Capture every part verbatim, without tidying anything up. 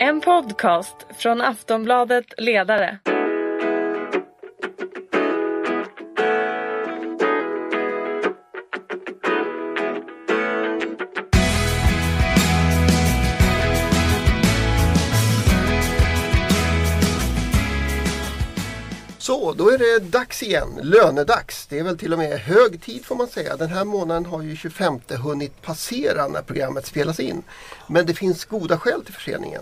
En podcast från Aftonbladet Ledare. Så, då är det dags igen. Lönedags. Det är väl till och med hög tid får man säga. Den här månaden har ju tjugofemte hunnit passera när programmet spelas in. Men det finns goda skäl till förseningen.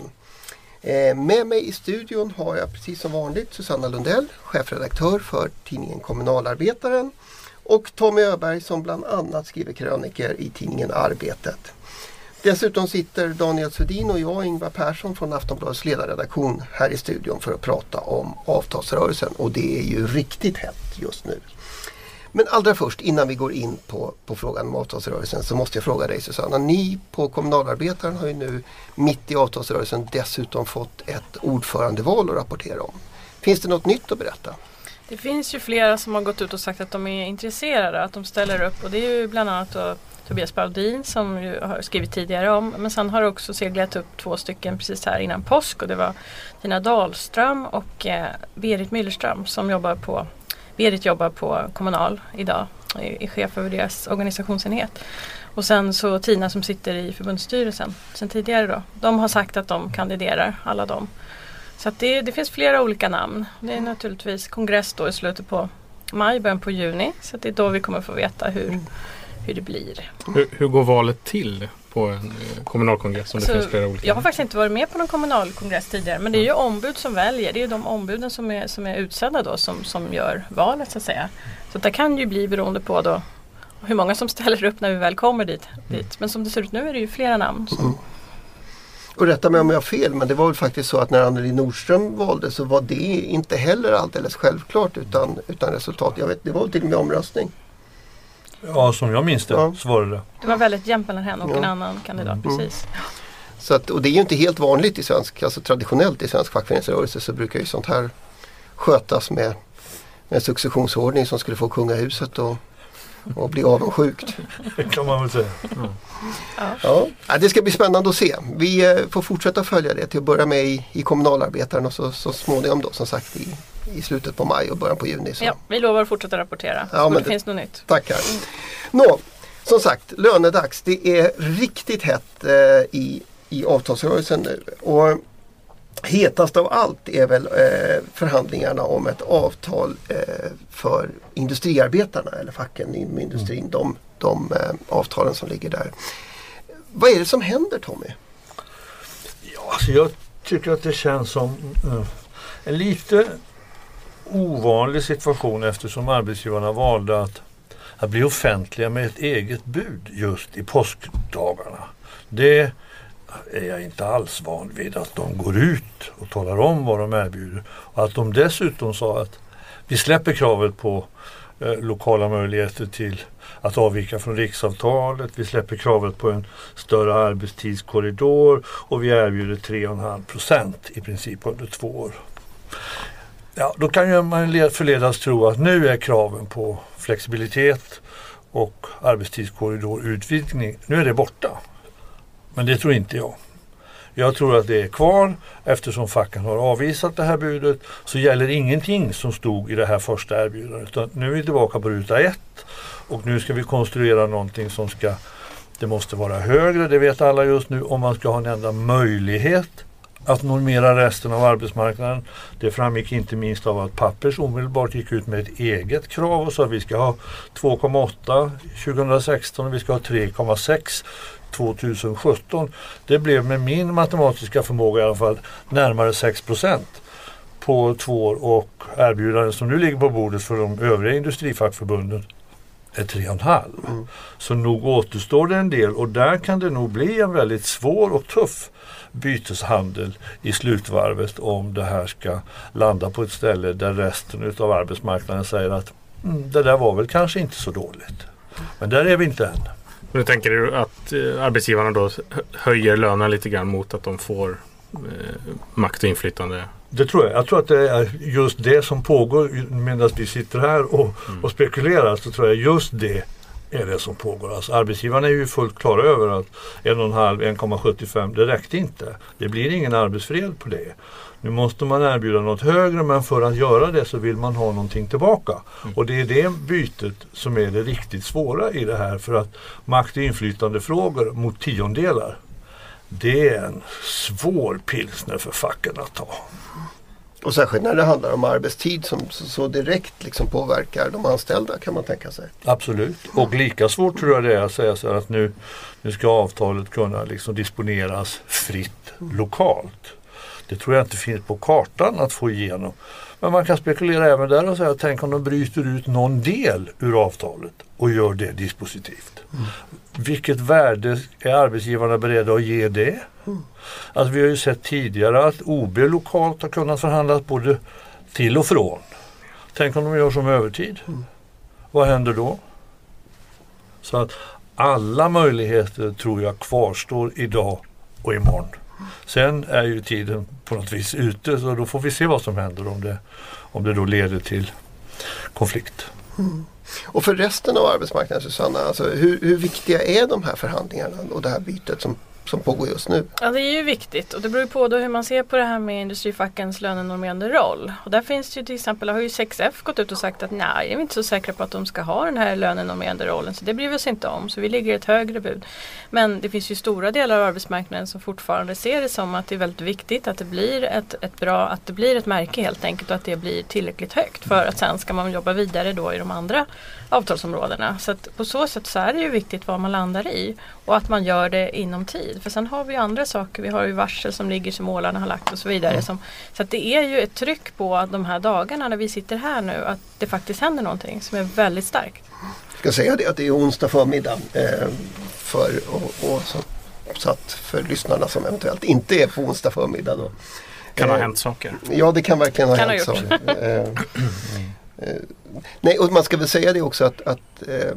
Eh, med mig i studion har jag precis som vanligt Susanna Lundell, chefredaktör för tidningen Kommunalarbetaren. Och Tommy Öberg som bland annat skriver kröniker i tidningen Arbetet. Dessutom sitter Daniel Sudin och jag, Ingvar Persson från Aftonbladets ledarredaktion här i studion för att prata om avtalsrörelsen. Och det är ju riktigt hett just nu. Men allra först, innan vi går in på, på frågan om avtalsrörelsen, så måste jag fråga dig Susanna. Ni på Kommunalarbetaren har ju nu mitt i avtalsrörelsen dessutom fått ett ordförandeval att rapportera om. Finns det något nytt att berätta? Det finns ju flera som har gått ut och sagt att de är intresserade, att de ställer upp. Och det är ju bland annat då Tobias Baudin som ju har skrivit tidigare om. Men sen har det också seglat upp två stycken precis här innan påsk. Och det var Tina Dahlström och eh, Berit Myllerström som jobbar på, Berit jobbar på Kommunal idag. Är, är chef över deras organisationsenhet. Och sen så Tina som sitter i förbundsstyrelsen sen tidigare då. De har sagt att de kandiderar, alla de. Så att det, det finns flera olika namn. Det är naturligtvis kongress då i slutet på maj, början på juni. Så att det är då vi kommer få veta hur, hur det blir. Hur, hur går valet till på en kommunalkongress som alltså, det finns flera olika? Jag har faktiskt inte varit med på någon kommunalkongress tidigare. Men det är ju ombud som väljer. Det är ju de ombuden som är, som är utsedda då som, som gör valet så att säga. Så att det kan ju bli beroende på då hur många som ställer upp när vi väl kommer dit. dit. Men som det ser ut nu är det ju flera namn som... Mm. Och rätta mig om jag har fel, men det var väl faktiskt så att när Anneli Nordström valde så var det inte heller alldeles självklart utan, utan resultat. Jag vet, det var till och med omröstning. Ja, som jag minns det ja. så var det det. Det var väldigt jämnt mellan henne och ja. en annan kandidat, Mm. precis. Så att, och det är ju inte helt vanligt i svensk, alltså traditionellt i svensk fackföreningsrörelse så brukar ju sånt här skötas med, med en successionsordning som skulle få kungahuset och och bli avundsjukt. Det kan man väl säga. Mm. Ja. Ja, det ska bli spännande att se. Vi eh, får fortsätta följa det till att börja med i, i Kommunalarbetaren och så, så småningom då som sagt i, i slutet på maj och början på juni. Så. Ja, vi lovar att fortsätta rapportera. Ja, men det, det finns något nytt. Tackar. Mm. Nå, som sagt, lönedags. Det är riktigt hett eh, i, i avtalsrörelsen nu. Och hetast av allt är väl eh, förhandlingarna om ett avtal eh, för industriarbetarna eller facken inom industrin, mm. de, de eh, avtalen som ligger där. Vad är det som händer, Tommy? Ja, alltså jag tycker att det känns som uh, en lite ovanlig situation eftersom arbetsgivarna valde att, att bli offentliga med ett eget bud just i påskdagarna. Det är jag inte alls van vid att de går ut och talar om vad de erbjuder. Och att de dessutom sa att vi släpper kravet på eh, lokala möjligheter till att avvika från riksavtalet. Vi släpper kravet på en större arbetstidskorridor och vi erbjuder tre komma fem procent i princip under två år. Ja, då kan ju man förledas tro att nu är kraven på flexibilitet och arbetstidskorridor utvidgning, nu är det borta. Men det tror inte jag. Jag tror att det är kvar eftersom facken har avvisat det här budet så gäller ingenting som stod i det här första erbjudandet. Utan nu är vi tillbaka på ruta ett och nu ska vi konstruera någonting som ska, det måste vara högre, det vet alla just nu, om man ska ha en enda möjlighet att normera resten av arbetsmarknaden. Det framgick inte minst av att Pappers omedelbart gick ut med ett eget krav och sa att vi ska ha två komma åtta tjugohundrasexton och vi ska ha tre komma sex tjugohundrasjutton. Det blev med min matematiska förmåga i alla fall närmare sex procent på två år och erbjudanden som nu ligger på bordet för de övriga industrifackförbunden är tre komma fem. Mm. Så nog återstår det en del och där kan det nog bli en väldigt svår och tuff byteshandel i slutvarvet om det här ska landa på ett ställe där resten av arbetsmarknaden säger att mm, det där var väl kanske inte så dåligt. Men där är vi inte än. Nu tänker du att eh, arbetsgivarna då höjer lönen lite grann mot att de får eh, makt och inflytande? Det tror jag. Jag tror att det är just det som pågår medan vi sitter här och, mm. och spekulerar, så tror jag just det är det som pågår. Alltså, arbetsgivarna är ju fullt klara över att en komma fem, en komma sjuttiofem, det räckte inte. Det blir ingen arbetsfred på det. Nu måste man erbjuda något högre, men för att göra det så vill man ha någonting tillbaka. Mm. Och det är det bytet som är det riktigt svåra i det här, för att makt- och inflytandefrågor mot tiondelar, det är en svår pilsner för facken att ta. Och särskilt när det handlar om arbetstid som så, så direkt liksom påverkar de anställda, kan man tänka sig. Absolut. Och lika svårt tror jag det är att säga så här att nu, nu ska avtalet kunna liksom disponeras fritt lokalt. Det tror jag inte finns på kartan att få igenom. Men man kan spekulera även där och säga, tänk om de bryter ut någon del ur avtalet och gör det dispositivt. Mm. Vilket värde är arbetsgivarna beredda att ge det? Mm. Alltså vi har ju sett tidigare att O B lokalt har kunnat förhandlas både till och från. Tänk om de gör som övertid. Mm. Vad händer då? Så att alla möjligheter tror jag kvarstår idag och imorgon. Sen är ju tiden på något vis ute, så då får vi se vad som händer om det, om det då leder till konflikt. Mm. Och för resten av arbetsmarknaden, Susanna, alltså hur, hur viktiga är de här förhandlingarna och det här bytet som, som pågår just nu? Ja, det är ju viktigt, och det beror ju på då hur man ser på det här med industrifackens lönenormerande roll. Och där finns det ju till exempel, har ju sex F gått ut och sagt att nej, jag är inte så säkra på att de ska ha den här lönenormerande rollen, så det bryr vi oss inte om, så vi ligger ett högre bud. Men det finns ju stora delar av arbetsmarknaden som fortfarande ser det som att det är väldigt viktigt att det blir ett, ett bra, att det blir ett märke helt enkelt, och att det blir tillräckligt högt för att sen ska man jobba vidare då i de andra avtalsområdena. Så att på så sätt så är det ju viktigt vad man landar i, och att man gör det inom tid. För sen har vi ju andra saker. Vi har ju varsel som ligger som målarna har lagt och så vidare. Som, så att det är ju ett tryck på de här dagarna när vi sitter här nu, att det faktiskt händer någonting som är väldigt starkt. Jag ska säga det att det är onsdag förmiddag eh, för, och, och så, så att för lyssnarna som eventuellt inte är på onsdag förmiddag då. Kan ha eh, hänt saker. Ja, det kan verkligen ha kan hänt ha saker. eh, eh, nej, och man ska väl säga det också att, att eh,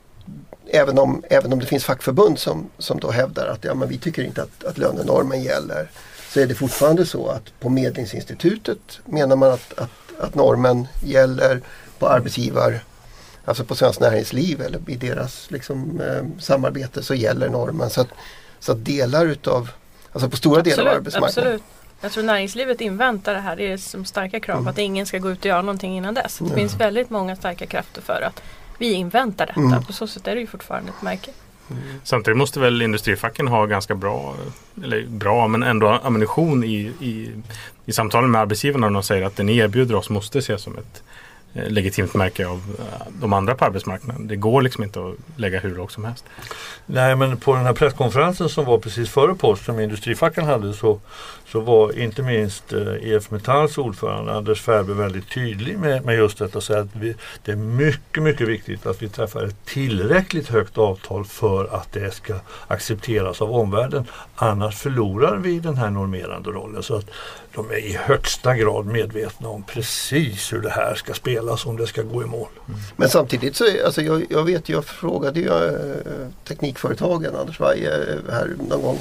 Även om, även om det finns fackförbund som, som då hävdar att ja, men vi tycker inte att, att lönenormen gäller, så är det fortfarande så att på Medlingsinstitutet menar man att, att, att normen gäller, på arbetsgivar, alltså på Svenskt Näringsliv eller i deras liksom, eh, samarbete så gäller normen. Så att, så att delar utav, alltså på stora absolut, delar av arbetsmarknaden. Absolut. Jag tror näringslivet inväntar det här. Det är som starka krav mm. att ingen ska gå ut och göra någonting innan dess. Det mm. finns väldigt många starka krafter för att vi inväntar detta. Mm. På så sätt är det ju fortfarande ett märke. Mm. Samtidigt måste väl industrifacken ha ganska bra, eller bra, men ändå ammunition i, i, i samtalen med arbetsgivarna när de säger att det ni erbjuder oss måste ses som ett eh, legitimt märke av eh, de andra på arbetsmarknaden. Det går liksom inte att lägga hur lågt som helst. Nej, men på den här presskonferensen som var precis före påsk som industrifacken hade, så, så var inte minst eh, E F Metalls ordförande Anders Färbe väldigt tydlig med, med just detta, så att vi, det är mycket, mycket viktigt att vi träffar ett tillräckligt högt avtal för att det ska accepteras av omvärlden. Annars förlorar vi den här normerande rollen. Så att de är i högsta grad medvetna om precis hur det här ska spelas om det ska gå i mål. Mm. Men samtidigt så, alltså jag, jag vet, jag frågade ju äh, teknikföretagen, Anders Weihe, här någon gång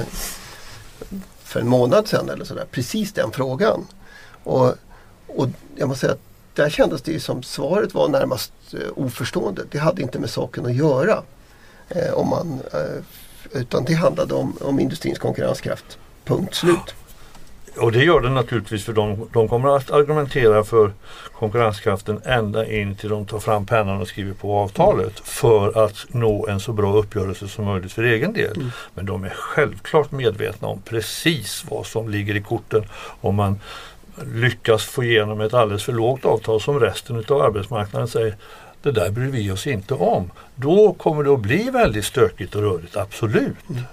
för en månad sedan eller sådär, precis den frågan. Och, och jag måste säga att där kändes det ju som svaret var närmast eh, oförstående. Det hade inte med saken att göra. Eh, om man, eh, utan det handlade om, om industrins konkurrenskraft. Punkt slut. Och det gör det naturligtvis, för de, de kommer att argumentera för konkurrenskraften ända in till de tar fram pennan och skriver på avtalet mm. för att nå en så bra uppgörelse som möjligt för egen del. Mm. Men de är självklart medvetna om precis vad som ligger i korten om man lyckas få igenom ett alldeles för lågt avtal som resten av arbetsmarknaden säger, det där bryr vi oss inte om. Då kommer det att bli väldigt stökigt och rörigt, absolut. Mm.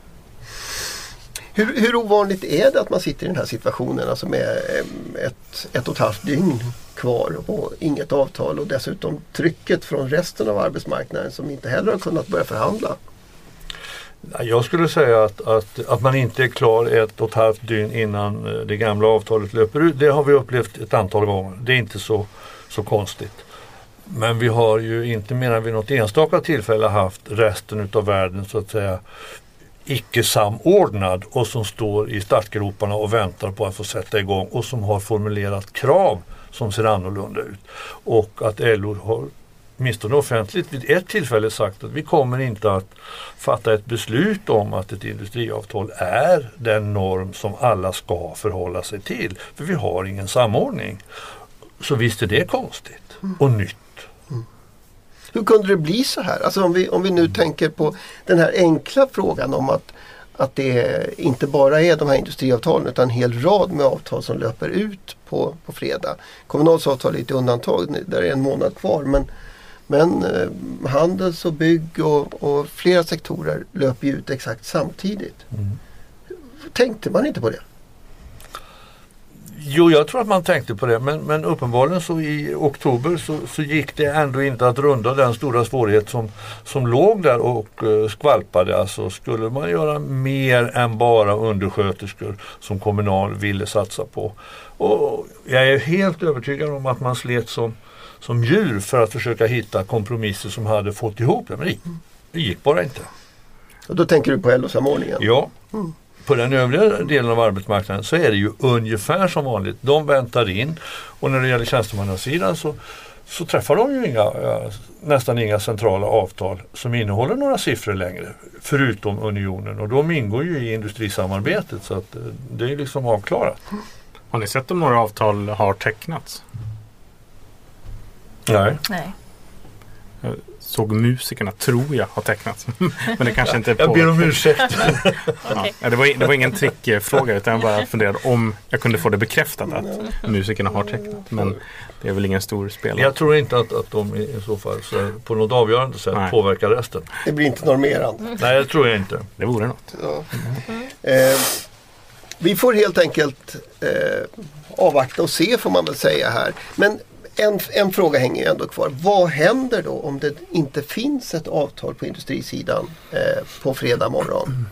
Hur, hur ovanligt är det att man sitter i den här situationen, alltså med ett, ett och ett halvt dygn kvar och inget avtal, och dessutom trycket från resten av arbetsmarknaden som inte heller har kunnat börja förhandla? Jag skulle säga att, att, att man inte är klar ett och ett halvt dygn innan det gamla avtalet löper ut. Det har vi upplevt ett antal gånger. Det är inte så, så konstigt. Men vi har ju inte mer än vid något enstaka tillfälle haft resten av världen så att säga icke samordnad och som står i startgroparna och väntar på att få sätta igång och som har formulerat krav som ser annorlunda ut. Och att L O har åtminstone offentligt vid ett tillfälle sagt att vi kommer inte att fatta ett beslut om att ett industriavtal är den norm som alla ska förhålla sig till. För vi har ingen samordning. Så visst är det konstigt och nytt. Mm. Hur kunde det bli så här? Alltså om vi, om vi nu tänker på den här enkla frågan om att, att det inte bara är de här industriavtalen utan en hel rad med avtal som löper ut på, på fredag. Kommunals avtal är ett undantag, där är en månad kvar, men, men eh, handels och bygg och, och flera sektorer löper ut exakt samtidigt. Mm. Tänkte man inte på det? Jo, jag tror att man tänkte på det, men, men uppenbarligen så i oktober så, så gick det ändå inte att runda den stora svårighet som, som låg där och uh, skvalpade. Alltså skulle man göra mer än bara undersköterskor som Kommunal ville satsa på. Och jag är helt övertygad om att man slet som, som djur för att försöka hitta kompromisser som hade fått ihop det, men det, det gick bara inte. Och då tänker du på L O-samordningen? Ja. Mm. På den övriga delen av arbetsmarknaden så är det ju ungefär som vanligt. De väntar in och när det gäller tjänstemannasidan så, så träffar de ju inga, nästan inga centrala avtal som innehåller några siffror längre, förutom unionen. Och de ingår ju i industrisamarbetet så att det är liksom avklarat. Har ni sett om några avtal har tecknats? Nej. Nej. Jag såg musikerna, tror jag, har tecknats. Men det kanske inte är på. Jag ber om ursäkt. Okay. Ja, det, var, det var ingen trickfråga utan jag bara funderade om jag kunde få det bekräftat att musikerna har tecknat. Men det är väl ingen stor spelare. Jag tror inte att, att de i så fall så på något avgörande sätt Nej. påverkar resten. Det blir inte normerande. Nej, det tror jag inte. Det vore något. Ja. Mm. Eh, vi får helt enkelt eh, avvakta och se, får man väl säga här. Men En, en fråga hänger ju ändå kvar. Vad händer då om det inte finns ett avtal på industrisidan eh, på fredag morgon?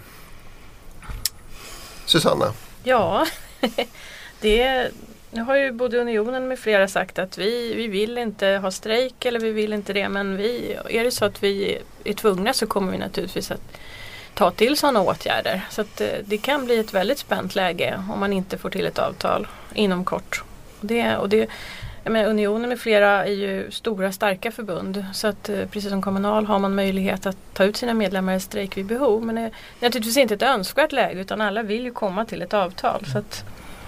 Susanna? Ja, det, nu har ju både Unionen med flera sagt att vi, vi vill inte ha strejk eller vi vill inte det. Men vi, är det så att vi är tvungna så kommer vi naturligtvis att ta till sådana åtgärder. Så att det kan bli ett väldigt spänt läge om man inte får till ett avtal inom kort. Det, och det Men Unionen med flera är ju stora, starka förbund. Så att eh, precis som Kommunal har man möjlighet att ta ut sina medlemmar i strejk vid behov. Men det är naturligtvis inte ett önskvärt läge utan alla vill ju komma till ett avtal. Så att,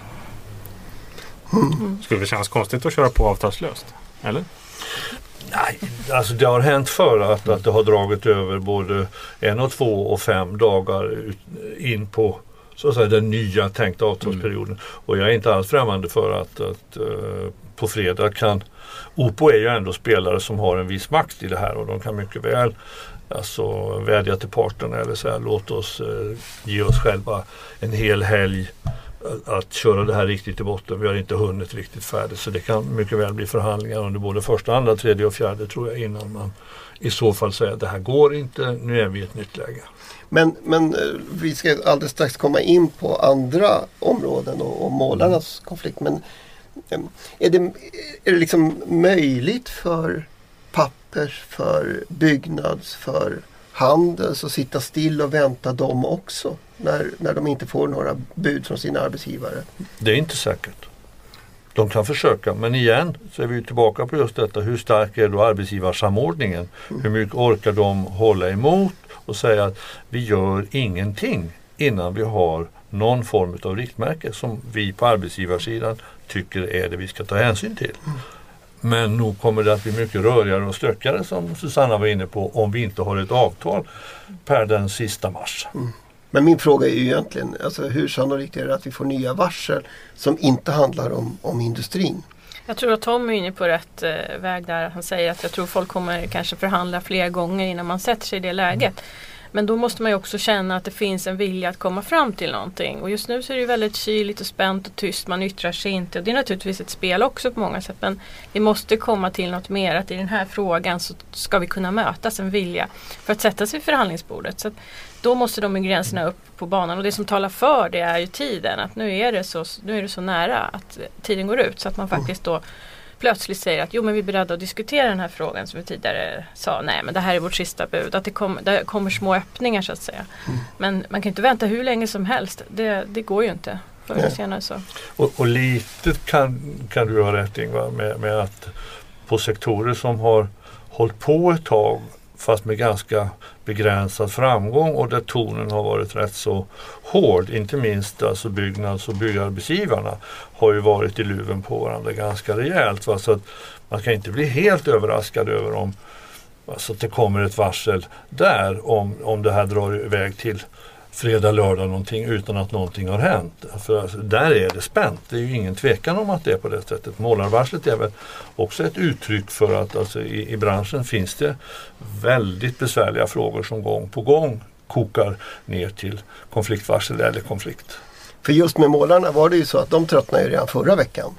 mm. Skulle det kännas konstigt att köra på avtalslöst? Eller? Nej, alltså det har hänt förr att, att det har dragit över både en och två och fem dagar ut, in på så att säga, den nya tänkta avtalsperioden. Mm. Och jag är inte alls främmande för att, att uh, på fredag kan O P O är ju ändå spelare som har en viss makt i det här och de kan mycket väl alltså vädja till parterna eller säga låt oss uh, ge oss själva en hel helg att, att köra det här riktigt i botten. Vi har inte hunnit riktigt färdigt så det kan mycket väl bli förhandlingar under både första, andra, tredje och fjärde tror jag innan man i så fall säger att det här går inte, nu är vi i ett nytt läge. Men, men vi ska alldeles strax komma in på andra områden och, och målarnas mm. konflikt. Men är det, är det liksom möjligt för pappers, för byggnads, för handels att sitta still och vänta dem också när, när de inte får några bud från sina arbetsgivare? Det är inte säkert. De kan försöka, men igen så är vi tillbaka på just detta. Hur stark är då arbetsgivarsamordningen? Mm. Hur mycket orkar de hålla emot och säga att vi gör ingenting innan vi har någon form av riktmärke som vi på arbetsgivarsidan tycker är det vi ska ta hänsyn till. Mm. Men nog kommer det att bli mycket rörigare och stökigare som Susanna var inne på om vi inte har ett avtal per den sista mars. Mm. Men min fråga är ju egentligen, alltså hur sannolikt är det att vi får nya varsel som inte handlar om, om industrin? Jag tror att Tom är inne på rätt eh, väg där. Han säger att jag tror folk kommer kanske förhandla flera gånger innan man sätter sig i det läget. Mm. Men då måste man ju också känna att det finns en vilja att komma fram till någonting. Och just nu så är det ju väldigt kyligt och spänt och tyst. Man yttrar sig inte. Och det är naturligtvis ett spel också på många sätt. Men vi måste komma till något mer. Att i den här frågan så ska vi kunna mötas en vilja för att sätta sig vid förhandlingsbordet. Så att då måste de gränserna upp på banan. Och det som talar för det är ju tiden. Att nu är det så, nu är det så nära att tiden går ut. Så att man faktiskt då plötsligt säger att jo men vi är beredda att diskutera den här frågan som vi tidigare sa. Nej men det här är vårt sista bud. Att det, kom, det kommer små öppningar så att säga. Mm. Men man kan inte vänta hur länge som helst. Det, det går ju inte. Förr eller senare så. Och, och lite kan, kan du ha rätt Ingvar med, med att på sektorer som har hållit på ett tag fast med ganska begränsad framgång och där tonen har varit rätt så hård. Inte minst alltså byggnads- och byggarbetsgivarna har ju varit i luven på varandra ganska rejält. Va? Så att man kan inte bli helt överraskad över om alltså att det kommer ett varsel där om, om det här drar iväg till fredag, lördag någonting utan att någonting har hänt. För alltså, där är det spänt. Det är ju ingen tvekan om att det är på det sättet. Målarvarslet är väl också ett uttryck för att alltså, i, i branschen finns det väldigt besvärliga frågor som gång på gång kokar ner till konfliktvarsel eller konflikt. För just med målarna var det ju så att de tröttnade ju redan förra veckan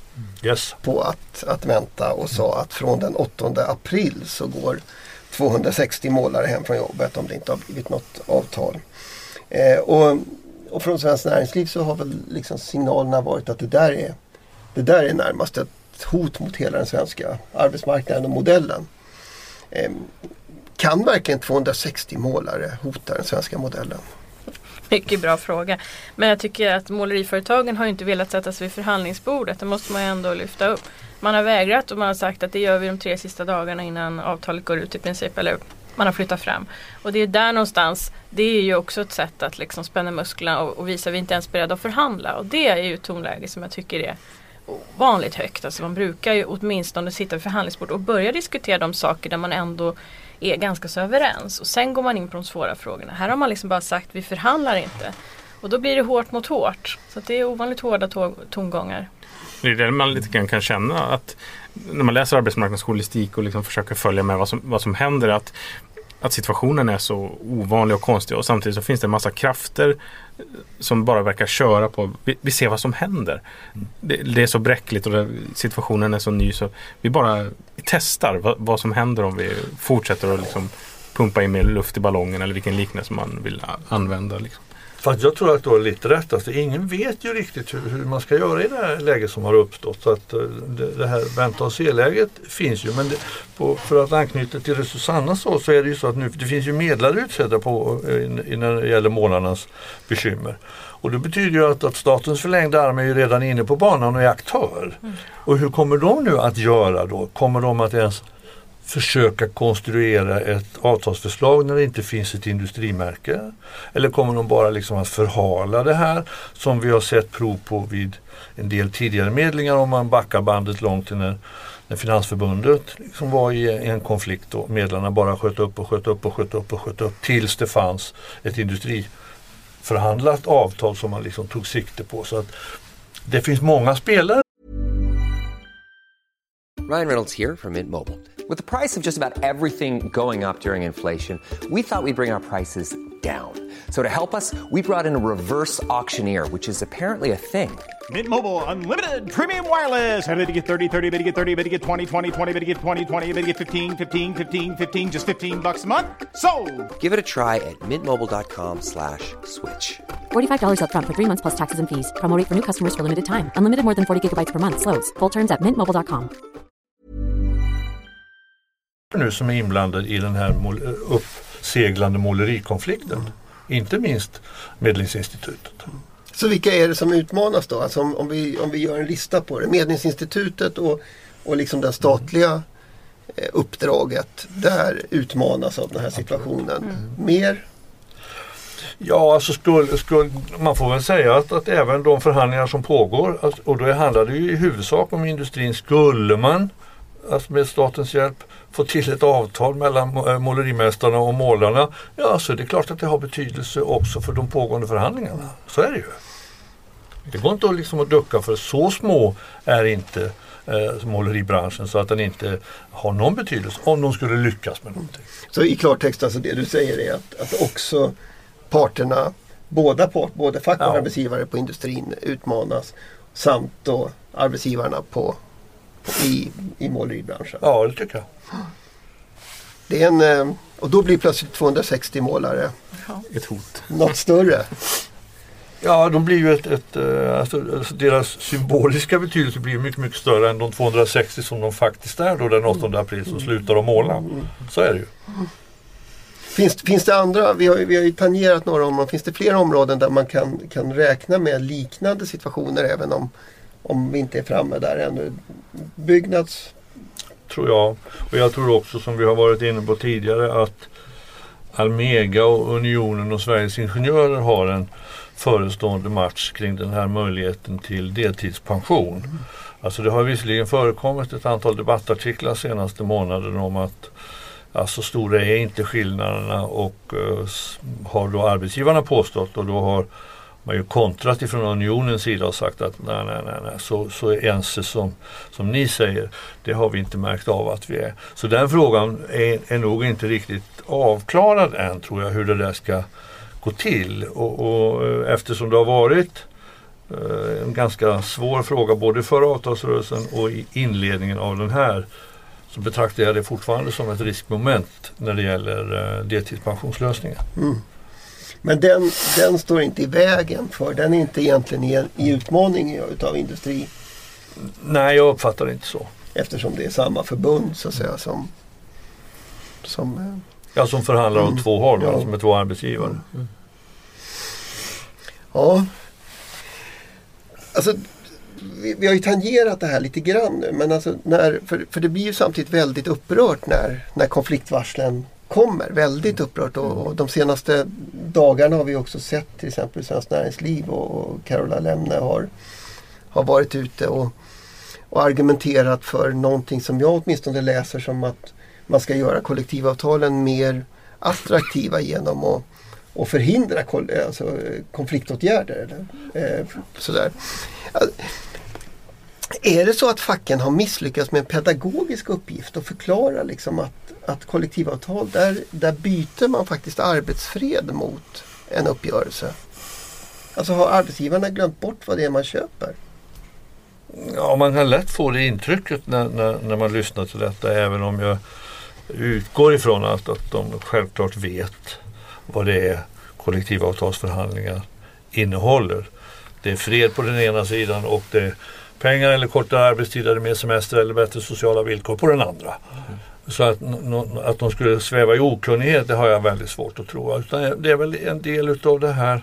yes. på att, att vänta och sa att från den åttonde april så går tvåhundrasextio målare hem från jobbet om det inte har blivit något avtal. Eh, och, och från Svenskt Näringsliv så har väl liksom signalerna varit att det där är, det där är närmast ett hot mot hela den svenska arbetsmarknaden och modellen. Eh, kan verkligen tvåhundrasextio målare hota den svenska modellen? Mycket bra fråga. Men jag tycker att måleriföretagen har ju inte velat sätta sig vid förhandlingsbordet. Det måste man ju ändå lyfta upp. Man har vägrat och man har sagt att det gör vi de tre sista dagarna innan avtalet går ut i princip. Eller man har flyttat fram. Och det är där någonstans, det är ju också ett sätt att liksom spänna musklerna och, och visa att vi inte ens är beredda att förhandla. Och det är ju ett tonläge som jag tycker är vanligt högt. Alltså man brukar ju åtminstone sitta vid förhandlingsbord och börja diskutera de saker där man ändå är ganska så överens. Och sen går man in på de svåra frågorna. Här har man liksom bara sagt vi förhandlar inte. Och då blir det hårt mot hårt. Så att det är ovanligt hårda to- tongångar. Det är det man lite grann kan känna att när man läser arbetsmarknadsjournalistik och liksom försöker följa med vad som, vad som händer att, att situationen är så ovanlig och konstig och samtidigt så finns det en massa krafter som bara verkar köra på vi, vi ser vad som händer. Det, det är så bräckligt och det, situationen är så ny så vi bara testar vad, vad som händer om vi fortsätter att liksom pumpa in mer luft i ballongen eller vilken liknelse man vill använda liksom. Fast jag tror att du har lite rätt. Alltså, ingen vet ju riktigt hur, hur man ska göra i det här läget som har uppstått. Så att det, det här vänta och se-läget finns ju. Men det, på, för att anknyta till det Susanna så, så är det ju så att nu, det finns ju medlare utsedda på, i, när det gäller målarnas bekymmer. Och det betyder ju att, att statens förlängda arm är ju redan inne på banan och är aktör. Mm. Och hur kommer de nu att göra då? Kommer de att ens försöka konstruera ett avtalsförslag när det inte finns ett industrimärke? Eller kommer de bara liksom att förhala det här som vi har sett prov på vid en del tidigare medlingar om man backar bandet långt till när, när Finansförbundet liksom var i en konflikt och medlarna bara sköt upp och sköt upp och sköt upp och sköt upp tills det fanns ett industriförhandlat avtal som man liksom tog sikte på. Så att det finns många spelare. Ryan Reynolds here from Mint Mobile. With the price of just about everything going up during inflation, we thought we'd bring our prices down. So to help us, we brought in a reverse auctioneer, which is apparently a thing. Mint Mobile Unlimited Premium Wireless. How to get thirty, thirty, how to get thirty, how to get twenty, twenty, twenty, how to get twenty, twenty, how to get fifteen, fifteen, fifteen, fifteen, just fifteen bucks a month? Sold! Give it a try at mintmobile.com slash switch. forty-five dollars up front for three months plus taxes and fees. Promo rate for new customers for limited time. Unlimited more than forty gigabytes per month. Slows full terms at mint mobile dot com. Nu som är inblandad i den här mål- uppseglande målerikonflikten. Mm. Inte minst Medlingsinstitutet. Så vilka är det som utmanas då? Alltså om, om, vi, om vi gör en lista på det. Medlingsinstitutet och, och liksom det statliga eh, uppdraget. Där utmanas av den här situationen. Mm. Mer? Ja, alltså skulle, skulle, man får väl säga att, att även de förhandlingar som pågår, alltså, och då handlar det ju i huvudsak om industrin, skulle man alltså med statens hjälp få till ett avtal mellan målerimästarna och målarna, ja så det är klart att det har betydelse också för de pågående förhandlingarna. Så är det ju. Det går inte liksom att ducka för så små är inte eh, måleribranschen så att den inte har någon betydelse om de skulle lyckas med någonting. Så i klartext alltså det du säger är att, att också parterna, båda part, både fack och ja. arbetsgivare på industrin utmanas samt då arbetsgivarna på I, i måleribranschen. Ja, det tycker jag. Det är en, och då blir plötsligt tvåhundrasextio målare ja. ett hot. Något större. Ja, de blir ju ett, ett alltså, deras symboliska betydelse blir mycket, mycket större än de tvåhundrasextio som de faktiskt är då den åttonde april som slutar att måla. Så är det ju. Finns, finns det andra, vi har, vi har ju tangerat några områden, finns det fler områden där man kan, kan räkna med liknande situationer även om om vi inte är framme där ännu? Byggnads, tror jag. Och jag tror också, som vi har varit inne på tidigare, att Almega och Unionen och Sveriges Ingenjörer har en förestående match kring den här möjligheten till deltidspension. Mm. Alltså det har visserligen förekommit ett antal debattartiklar senaste månaden om att alltså stora är inte skillnaderna, och uh, har då arbetsgivarna påstått, och då har man ju kontrat ifrån Unionens sida och sagt att nej, nej, nej, nej. Så, så ense som, som ni säger, det har vi inte märkt av att vi är. Så den frågan är, är nog inte riktigt avklarad än, tror jag, hur det där ska gå till. Och, och eftersom det har varit uh, en ganska svår fråga både för avtalsrörelsen och i inledningen av den här, så betraktar jag det fortfarande som ett riskmoment när det gäller uh, deltidspensionslösningen. Mm. Men den, den står inte i vägen för, den är inte egentligen i, i utmaning utav industri. Nej, jag uppfattar det inte så. Eftersom det är samma förbund så att säga som... som ja, som förhandlar mm. om två håll, ja. Som är två arbetsgivare. Mm. Mm. Ja. Alltså, vi, vi har ju tangerat det här lite grann nu, men alltså när, för, för det blir ju samtidigt väldigt upprört när, när konfliktvarslen kommer, väldigt upprört, och, och de senaste dagarna har vi också sett till exempel Svenskt Näringsliv och, och Carola Lemne har, har varit ute och, och argumenterat för någonting som jag åtminstone läser som att man ska göra kollektivavtalen mer attraktiva genom att och förhindra alltså, konfliktåtgärder. Eller, eh, sådär. Är det så att facken har misslyckats med en pedagogisk uppgift och förklara liksom att, att kollektivavtal, där, där byter man faktiskt arbetsfred mot en uppgörelse? Alltså har arbetsgivarna glömt bort vad det är man köper? Ja, man kan lätt få det intrycket när, när, när man lyssnar till detta, även om jag utgår ifrån att, att de självklart vet vad det är kollektivavtalsförhandlingar innehåller. Det är fred på den ena sidan och det är pengar eller kortare arbetstider med semester eller bättre sociala villkor på den andra. Mm. Så att, no, att de skulle sväva i okunnighet, det har jag väldigt svårt att tro. Utan det är väl en del av det här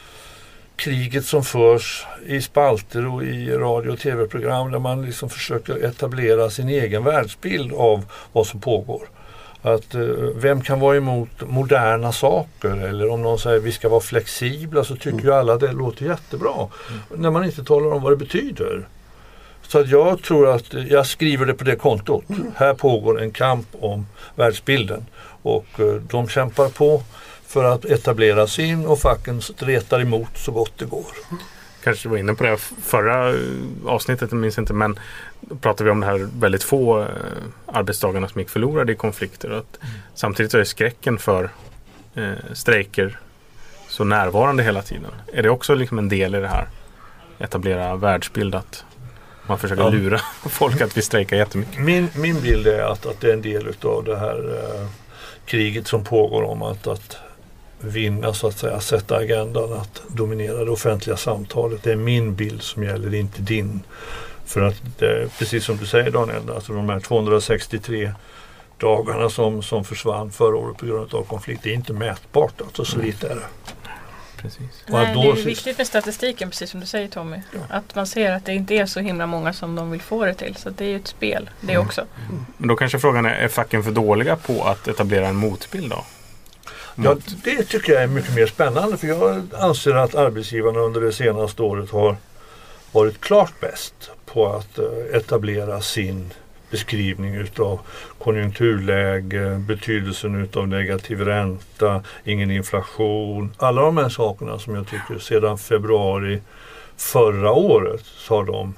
kriget som förs i spalter och i radio- och tv-program där man liksom försöker etablera sin egen världsbild av vad som pågår. Att eh, vem kan vara emot moderna saker, eller om någon säger vi ska vara flexibla, så tycker mm. ju alla det låter jättebra mm. när man inte talar om vad det betyder. Så att jag tror att jag skriver det på det kontot. Mm. Här pågår en kamp om världsbilden och eh, de kämpar på för att etablera sin, och facken retar emot så gott det går. Kanske var inne på det förra avsnittet, jag minns inte, men då pratade vi om det här väldigt få eh, arbetsdagarna som gick förlorade i konflikter. Och att mm. samtidigt är skräcken för eh, strejker så närvarande hela tiden. Är det också liksom en del i det här? Etablera världsbild, att man försöker ja. lura folk att vi strejkar jättemycket. Min, min bild är att, att det är en del av det här eh, kriget som pågår om att, att vinna, så att säga, sätta agendan, att dominera det offentliga samtalet. Det är min bild som gäller, inte din. För att det, precis som du säger, Daniel, alltså de här tvåhundrasextiotre dagarna som, som försvann förra året på grund av konflikt, det är inte mätbart, alltså så lite är det. Precis. Nej, det är viktigt med statistiken, precis som du säger, Tommy. Ja. Att man ser att det inte är så himla många som de vill få det till. Så det är ju ett spel, det mm. också. Mm. Men då kanske frågan är, är facken för dåliga på att etablera en motbild då? Ja, det tycker jag är mycket mer spännande, för jag anser att arbetsgivarna under det senaste året har varit klart bäst på att etablera sin beskrivning utav konjunkturläge, betydelsen utav negativ ränta, ingen inflation. Alla de här sakerna som jag tycker sedan februari förra året så har de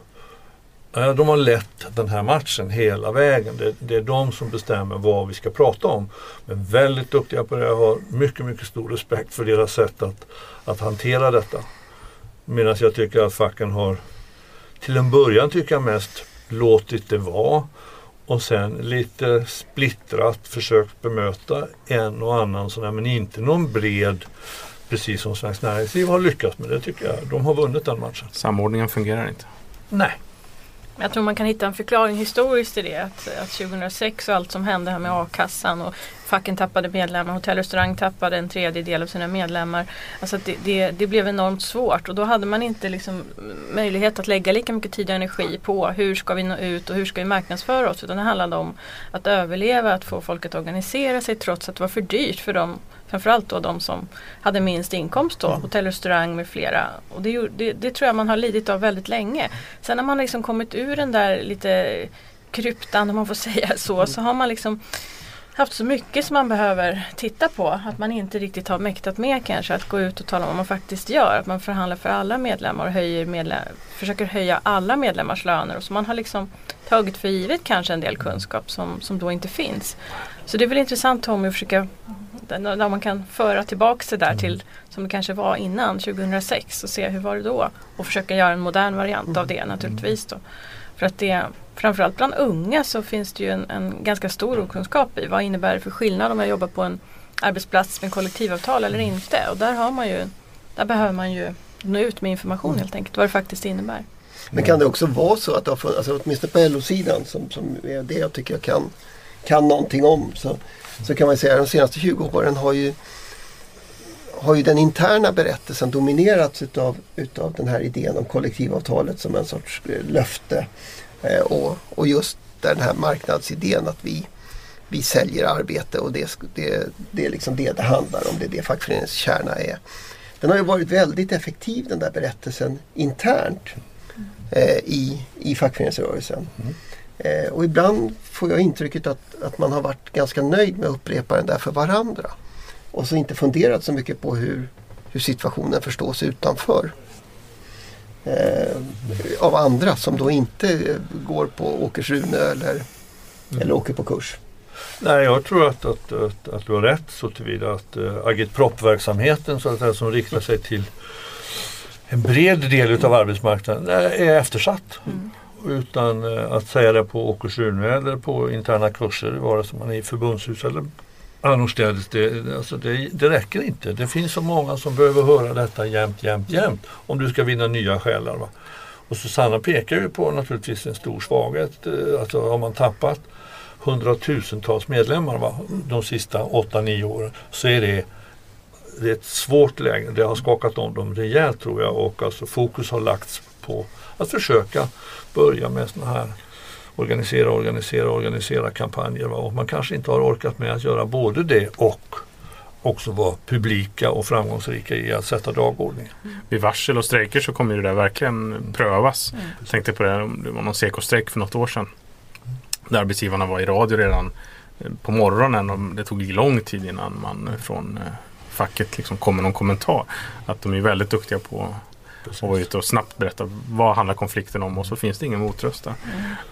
De har lett den här matchen hela vägen. Det, det är de som bestämmer vad vi ska prata om. Men väldigt duktiga på det. Jag har mycket, mycket stor respekt för deras sätt att, att hantera detta. Medan jag tycker att facken har, till en början tycker jag mest, låtit det vara. Och sen lite splittrat försökt bemöta en och annan sån här, men inte någon bred, precis som Svenskt Näringsliv har lyckats med det, tycker jag. De har vunnit den matchen. Samordningen fungerar inte. Nej. Jag tror man kan hitta en förklaring historiskt i det. Att, att tjugohundrasex och allt som hände här med a-kassan och facken tappade medlemmar, hotell och restaurang tappade en tredjedel av sina medlemmar. Alltså det, det, det blev enormt svårt och då hade man inte liksom möjlighet att lägga lika mycket tid och energi på hur ska vi nå ut och hur ska vi marknadsföra oss. Utan det handlade om att överleva, att få folk att organisera sig trots att det var för dyrt för dem. Framförallt då de som hade minst inkomst då, mm. hotell och restaurang med flera. Och det, det, det tror jag man har lidit av väldigt länge. Sen när man liksom kommit ur den där lite kryptan, om man får säga så, mm. så har man liksom haft så mycket som man behöver titta på. Att man inte riktigt har mäktat med kanske att gå ut och tala om vad man faktiskt gör. Att man förhandlar för alla medlemmar och höjer medlem- försöker höja alla medlemmars löner. Och så man har liksom tagit för givet kanske en del kunskap som, som då inte finns. Så det är väl intressant Tommy att försöka där man kan föra tillbaka sig där till som det kanske var innan tjugohundrasex och se hur var det då och försöka göra en modern variant av det naturligtvis då. För att det, framförallt bland unga så finns det ju en, en ganska stor okunskap i vad innebär det för skillnad om jag jobbar på en arbetsplats med kollektivavtal eller inte. Och där har man ju, där behöver man ju nå ut med information helt enkelt vad det faktiskt innebär. Men kan det också vara så att det har funnits, alltså åtminstone på L O-sidan som, som är det jag tycker jag kan, kan någonting om så, så kan man säga att de senaste tjugo åren har ju har ju den interna berättelsen dominerats utav, utav den här idén om kollektivavtalet som en sorts löfte eh, och, och just den här marknadsidén att vi, vi säljer arbete och det, det, det är liksom det det handlar om, det är det fackföreningens kärna är. Den har ju varit väldigt effektiv den där berättelsen internt eh, i, i fackföreningsrörelsen. Mm. Eh, och ibland får jag intrycket att, att man har varit ganska nöjd med att upprepa den där för varandra. Och så inte funderat så mycket på hur, hur situationen förstås utanför. Eh, av andra som då inte går på Åkersrune eller, mm. eller åker på kurs. Nej, jag tror att, att, att, att du har rätt så tillvida att uh, agitprop-verksamheten så att det som riktar sig till en bred del av arbetsmarknaden är eftersatt. Mm. Utan uh, att säga det på Åkersrune eller på interna kurser, vare sig man är i förbundshus eller annorstädes, det, alltså det, det räcker inte. Det finns så många som behöver höra detta jämt, jämt, jämt om du ska vinna nya själar. Va? Och Susanna pekar ju på naturligtvis en stor svaghet. Alltså har man tappat hundratusentals medlemmar va? De sista åtta nio åren så är det, det är ett svårt läge. Det har skakat om dem rejält tror jag och alltså fokus har lagts på att försöka börja med såna här organisera, organisera, organisera kampanjer. Va? Och man kanske inte har orkat med att göra både det och också vara publika och framgångsrika i att sätta dagordningen. Mm. Vid varsel och strejker så kommer det där verkligen prövas. Mm. Jag tänkte på det, det var någon Seko-strejk för något år sedan. Mm. Där arbetsgivarna var i radio redan på morgonen och det tog lång tid innan man från facket liksom kom med någon kommentar. Att de är väldigt duktiga på att vara ute och snabbt berätta vad handlar konflikten om och så finns det ingen motröst där.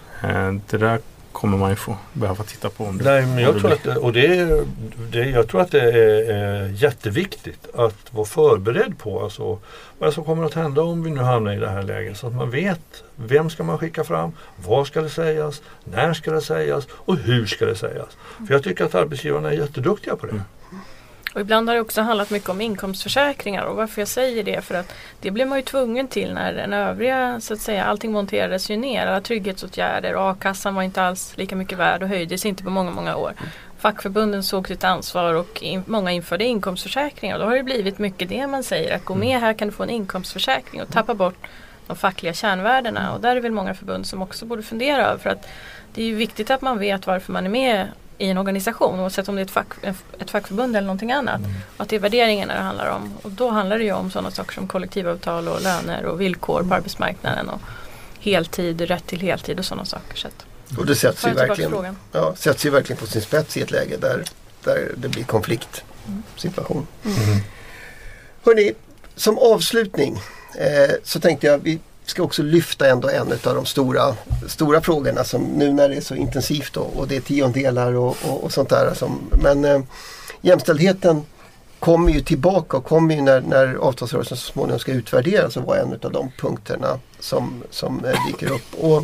Mm. Det där kommer man ju få behöva titta på. Om det, Nej, men jag, tror att det, och det är, det, jag tror att det är, är jätteviktigt att vara förberedd på alltså, vad som kommer att hända om vi nu hamnar i det här läget. Så att man vet vem ska man skicka fram, vad ska det sägas, när ska det sägas och hur ska det sägas. Mm. För jag tycker att arbetsgivarna är jätteduktiga på det. Mm. Och ibland har det också handlat mycket om inkomstförsäkringar och varför jag säger det för att det blev man ju tvungen till när den övriga så att säga allting monterades ju ner, alla trygghetsåtgärder och a-kassan var inte alls lika mycket värd och höjdes inte på många många år. Fackförbunden såg sitt ansvar och in, många införde inkomstförsäkringar och då har det blivit mycket det man säger att gå med här kan du få en inkomstförsäkring och tappa bort de fackliga kärnvärdena och där är väl många förbund som också borde fundera över för att det är ju viktigt att man vet varför man är med i en organisation oavsett om det är ett, fack, ett fackförbund eller någonting annat. Mm. Och att det är värderingarna det handlar om. Och då handlar det ju om sådana saker som kollektivavtal och löner och villkor på arbetsmarknaden och heltid, rätt till heltid och sådana saker. Så att, och det sätts ju verkligen, ja, sätts ju verkligen på sin spets i ett läge där, där det blir konfliktsituation. Mm. Mm. Hörrni, som avslutning eh, så tänkte jag vi ska också lyfta ändå en av de stora, stora frågorna som nu när det är så intensivt då, och det är tiondelar och, och, och sånt där. Som, men eh, jämställdheten kommer ju tillbaka och kommer ju när, när avtalsrörelsen så småningom ska utvärderas och var en av de punkterna som, som eh, dyker upp. Och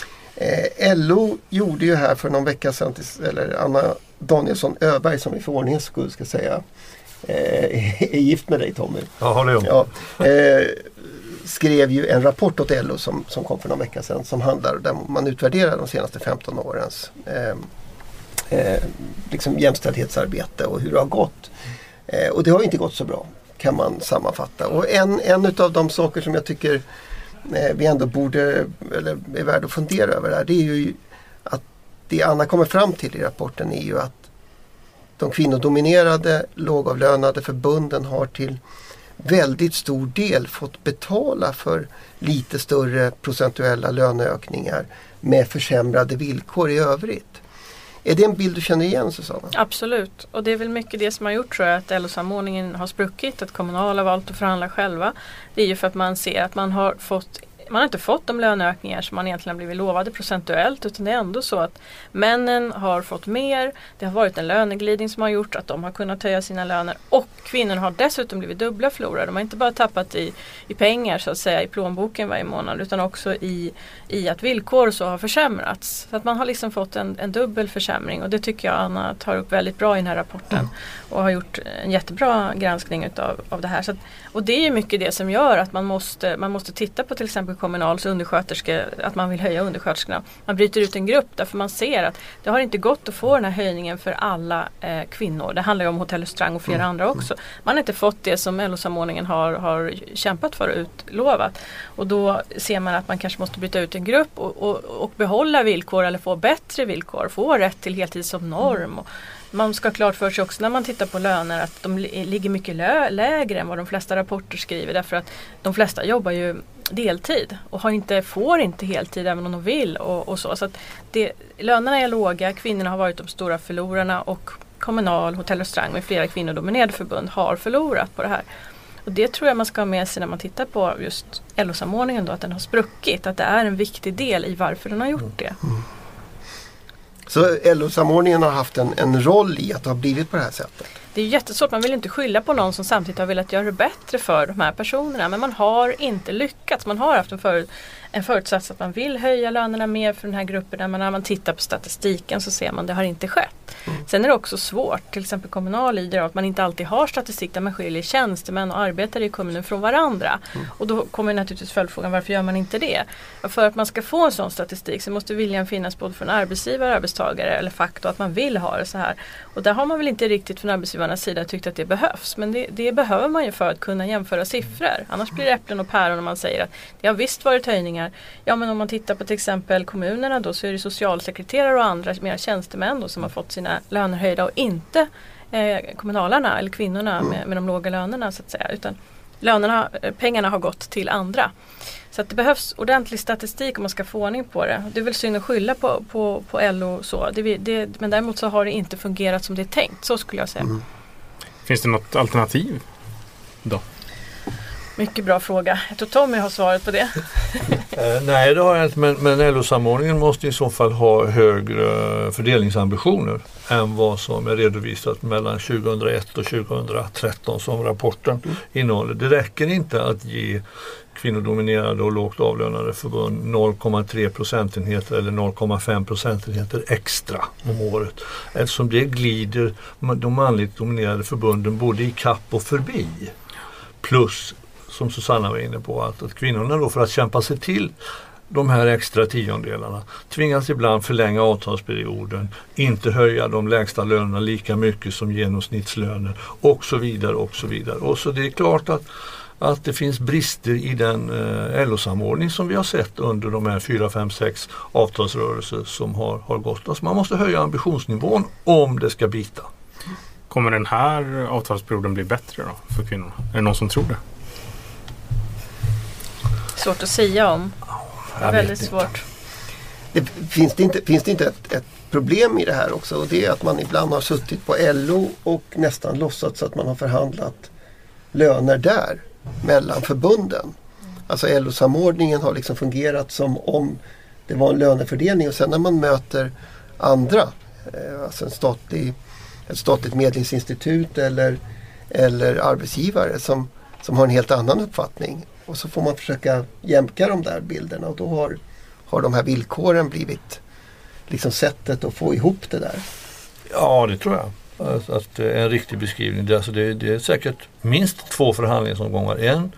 eh, L O gjorde ju här för någon vecka sedan, till, eller Anna Danielsson Öberg som vi för ordningens skull ska säga eh, är gift med dig Tommy. Ja, håller jag. Ja, eh, skrev ju en rapport åt L O som, som kom för några veckor sedan som handlar där man utvärderar de senaste femton årens eh, eh, liksom jämställdhetsarbete och hur det har gått. Eh, och det har inte gått så bra, kan man sammanfatta. Och en, en av de saker som jag tycker eh, vi ändå borde, eller är värd att fundera över här, det är ju att det Anna kommer fram till i rapporten är ju att de kvinnodominerade, lågavlönade förbunden har till väldigt stor del fått betala för lite större procentuella löneökningar med försämrade villkor i övrigt. Är det en bild du känner igen, Susanna? Absolut, och det är väl mycket det som har gjort, tror jag, att L O-samordningen har spruckit, att Kommunal har valt att förhandla själva. Det är ju för att man ser att man har fått Man har inte fått de löneökningar som man egentligen blivit lovade procentuellt, utan det är ändå så att männen har fått mer. Det har varit en löneglidning som har gjort att de har kunnat höja sina löner, och kvinnorna har dessutom blivit dubbla förlorare. De har inte bara tappat i, i pengar, så att säga, i plånboken varje månad, utan också i, i att villkor så har försämrats. Så att man har liksom fått en, en dubbel försämring, och det tycker jag Anna tar upp väldigt bra i den här rapporten mm. och har gjort en jättebra granskning utav, av det här. Så att, och det är ju mycket det som gör att man måste, man måste titta på till exempel Kommunals undersköterska, att man vill höja undersköterskorna. Man bryter ut en grupp därför man ser att det har inte gått att få den här höjningen för alla eh, kvinnor. Det handlar ju om Hotell och Restaurang och flera mm. andra också. Man har inte fått det som L O-samordningen har, har kämpat för och utlovat. Och då ser man att man kanske måste bryta ut en grupp och, och, och behålla villkor eller få bättre villkor. Få rätt till heltid som norm. Och man ska ha klart för sig också när man tittar på löner att de ligger mycket lö- lägre än vad de flesta rapporter skriver, därför att de flesta jobbar ju deltid och har inte, får inte heltid även om de vill och, och så. Så att det, lönerna är låga, kvinnorna har varit de stora förlorarna, och Kommunal, Hotell och Restaurang med flera kvinnodominerade förbund har förlorat på det här. Och det tror jag man ska ha med sig när man tittar på just L O-samordningen då, att den har spruckit, att det är en viktig del i varför den har gjort det. Mm. Så L O-samordningen har haft en, en roll i att det har blivit på det här sättet? Det är jättesvårt, man vill inte skylla på någon som samtidigt har velat göra det bättre för de här personerna, men man har inte lyckats. Man har haft en, för, en förutsats att man vill höja lönerna mer för den här gruppen, men när man tittar på statistiken så ser man att det har inte skett. Mm. Sen är det också svårt, till exempel Kommunal lider av att man inte alltid har statistik där man skiljer tjänstemän och arbetare i kommunen från varandra. Mm. Och då kommer naturligtvis följdfrågan, varför gör man inte det? För att man ska få en sån statistik så måste viljan finnas både från arbetsgivare, arbetstagare eller fack då, att man vill ha det så här. Och där har man väl inte riktigt från arbetsgivarnas sida tyckt att det behövs. Men det, det behöver man ju för att kunna jämföra siffror. Annars blir det äpplen och päron om man säger att det har visst varit höjningar. Ja, men om man tittar på till exempel kommunerna då, så är det socialsekreterare och andra mer tjänstemän då som har fått sina löner höjda, och inte eh, kommunalarna eller kvinnorna med, med de låga lönerna så att säga, utan lönerna, pengarna har gått till andra. Så att det behövs ordentlig statistik om man ska få ordning på det. Det är väl synd att skylla på, på, på L O så. Det, det, men däremot så har det inte fungerat som det är tänkt, så skulle jag säga. Mm. Finns det något alternativ då? Mycket bra fråga. Jag tror Tommy har svaret på det. eh, nej, det har jag inte. Men, men L O-samordningen måste i så fall ha högre fördelningsambitioner än vad som är redovisat mellan tjugohundraett och tjugohundratretton som rapporten mm. innehåller. Det räcker inte att ge kvinnodominerade och lågt avlönade förbund noll komma tre procentenheter eller noll komma fem procentenheter extra om året. Eftersom det glider de manligt dominerade förbunden både i kapp och förbi. Plus, som Susanna var inne på, att, att kvinnorna då för att kämpa sig till de här extra tiondelarna tvingas ibland förlänga avtalsperioden, inte höja de lägsta lönerna lika mycket som genomsnittslöner och så vidare och så vidare. Och så det är klart att att det finns brister i den eh, L O-samordning som vi har sett under de här fyra, fem, sex avtalsrörelser som har, har gått. Alltså man måste höja ambitionsnivån om det ska bita. Kommer den här avtalsperioden bli bättre då för kvinnorna? Är det någon som tror det? Svårt att säga om. Det är väldigt svårt. Det, finns det inte, finns det inte ett, ett problem i det här också? Och det är att man ibland har suttit på L O och nästan låtsats att man har förhandlat löner där mellan förbunden. Alltså L O-samordningen har liksom fungerat som om det var en lönefördelning, och sen när man möter andra, alltså en statlig, ett statligt medlingsinstitut eller, eller arbetsgivare som, som har en helt annan uppfattning, och så får man försöka jämka de där bilderna, och då har, har de här villkoren blivit liksom sättet att få ihop det där. Ja, det tror jag. Att det är en riktig beskrivning. Det, alltså det, det är säkert minst två förhandlingsomgångar. En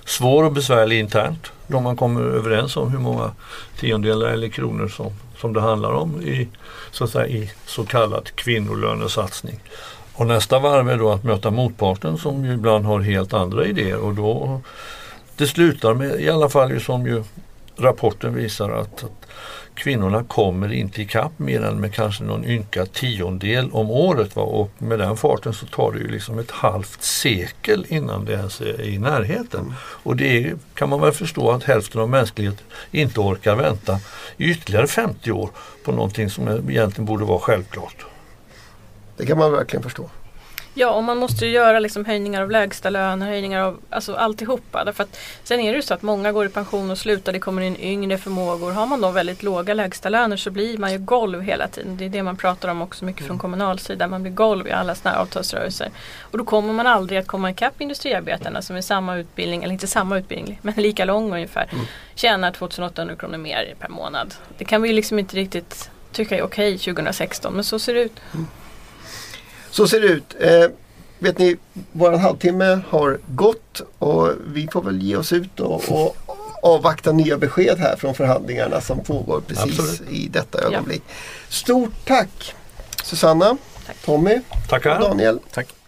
svår och besvärlig internt då man kommer överens om hur många tiondelar eller kronor som, som det handlar om i så, att säga, i så kallad kvinnolönesatsning. Och nästa varv är då att möta motparten som ju ibland har helt andra idéer och då det slutar med, i alla fall ju som ju rapporten visar att, att kvinnorna kommer inte i kapp mer än med kanske någon ynka tiondel om året. Va? Och med den farten så tar det ju liksom ett halvt sekel innan det ens är i närheten. Mm. Och det är, kan man väl förstå att hälften av mänskligheten inte orkar vänta i ytterligare femtio år på någonting som egentligen borde vara självklart. Det kan man verkligen förstå. Ja, och man måste ju göra liksom höjningar av lägsta löner, höjningar av alltså alltihopa. Därför att sen är det ju så att många går i pension och slutar, det kommer in yngre förmågor. Har man då väldigt låga lägsta löner så blir man ju golv hela tiden. Det är det man pratar om också mycket från kommunalsidan. Man blir golv i alla såna här avtalsrörelser. Och då kommer man aldrig att komma ikapp industriarbetarna som är samma utbildning, eller inte samma utbildning, men lika lång ungefär, mm. tjänar tjugoåttahundra kronor mer per månad. Det kan vi ju liksom inte riktigt tycka är okej tjugohundrasexton, men så ser det ut. Mm. Så ser det ut. Eh, vet ni, vår halvtimme har gått och vi får väl ge oss ut och, och avvakta nya besked här från förhandlingarna som pågår precis Absolut. I detta ögonblick. Ja. Stort tack Susanna, tack. Tommy Tackar. och Daniel. Tack.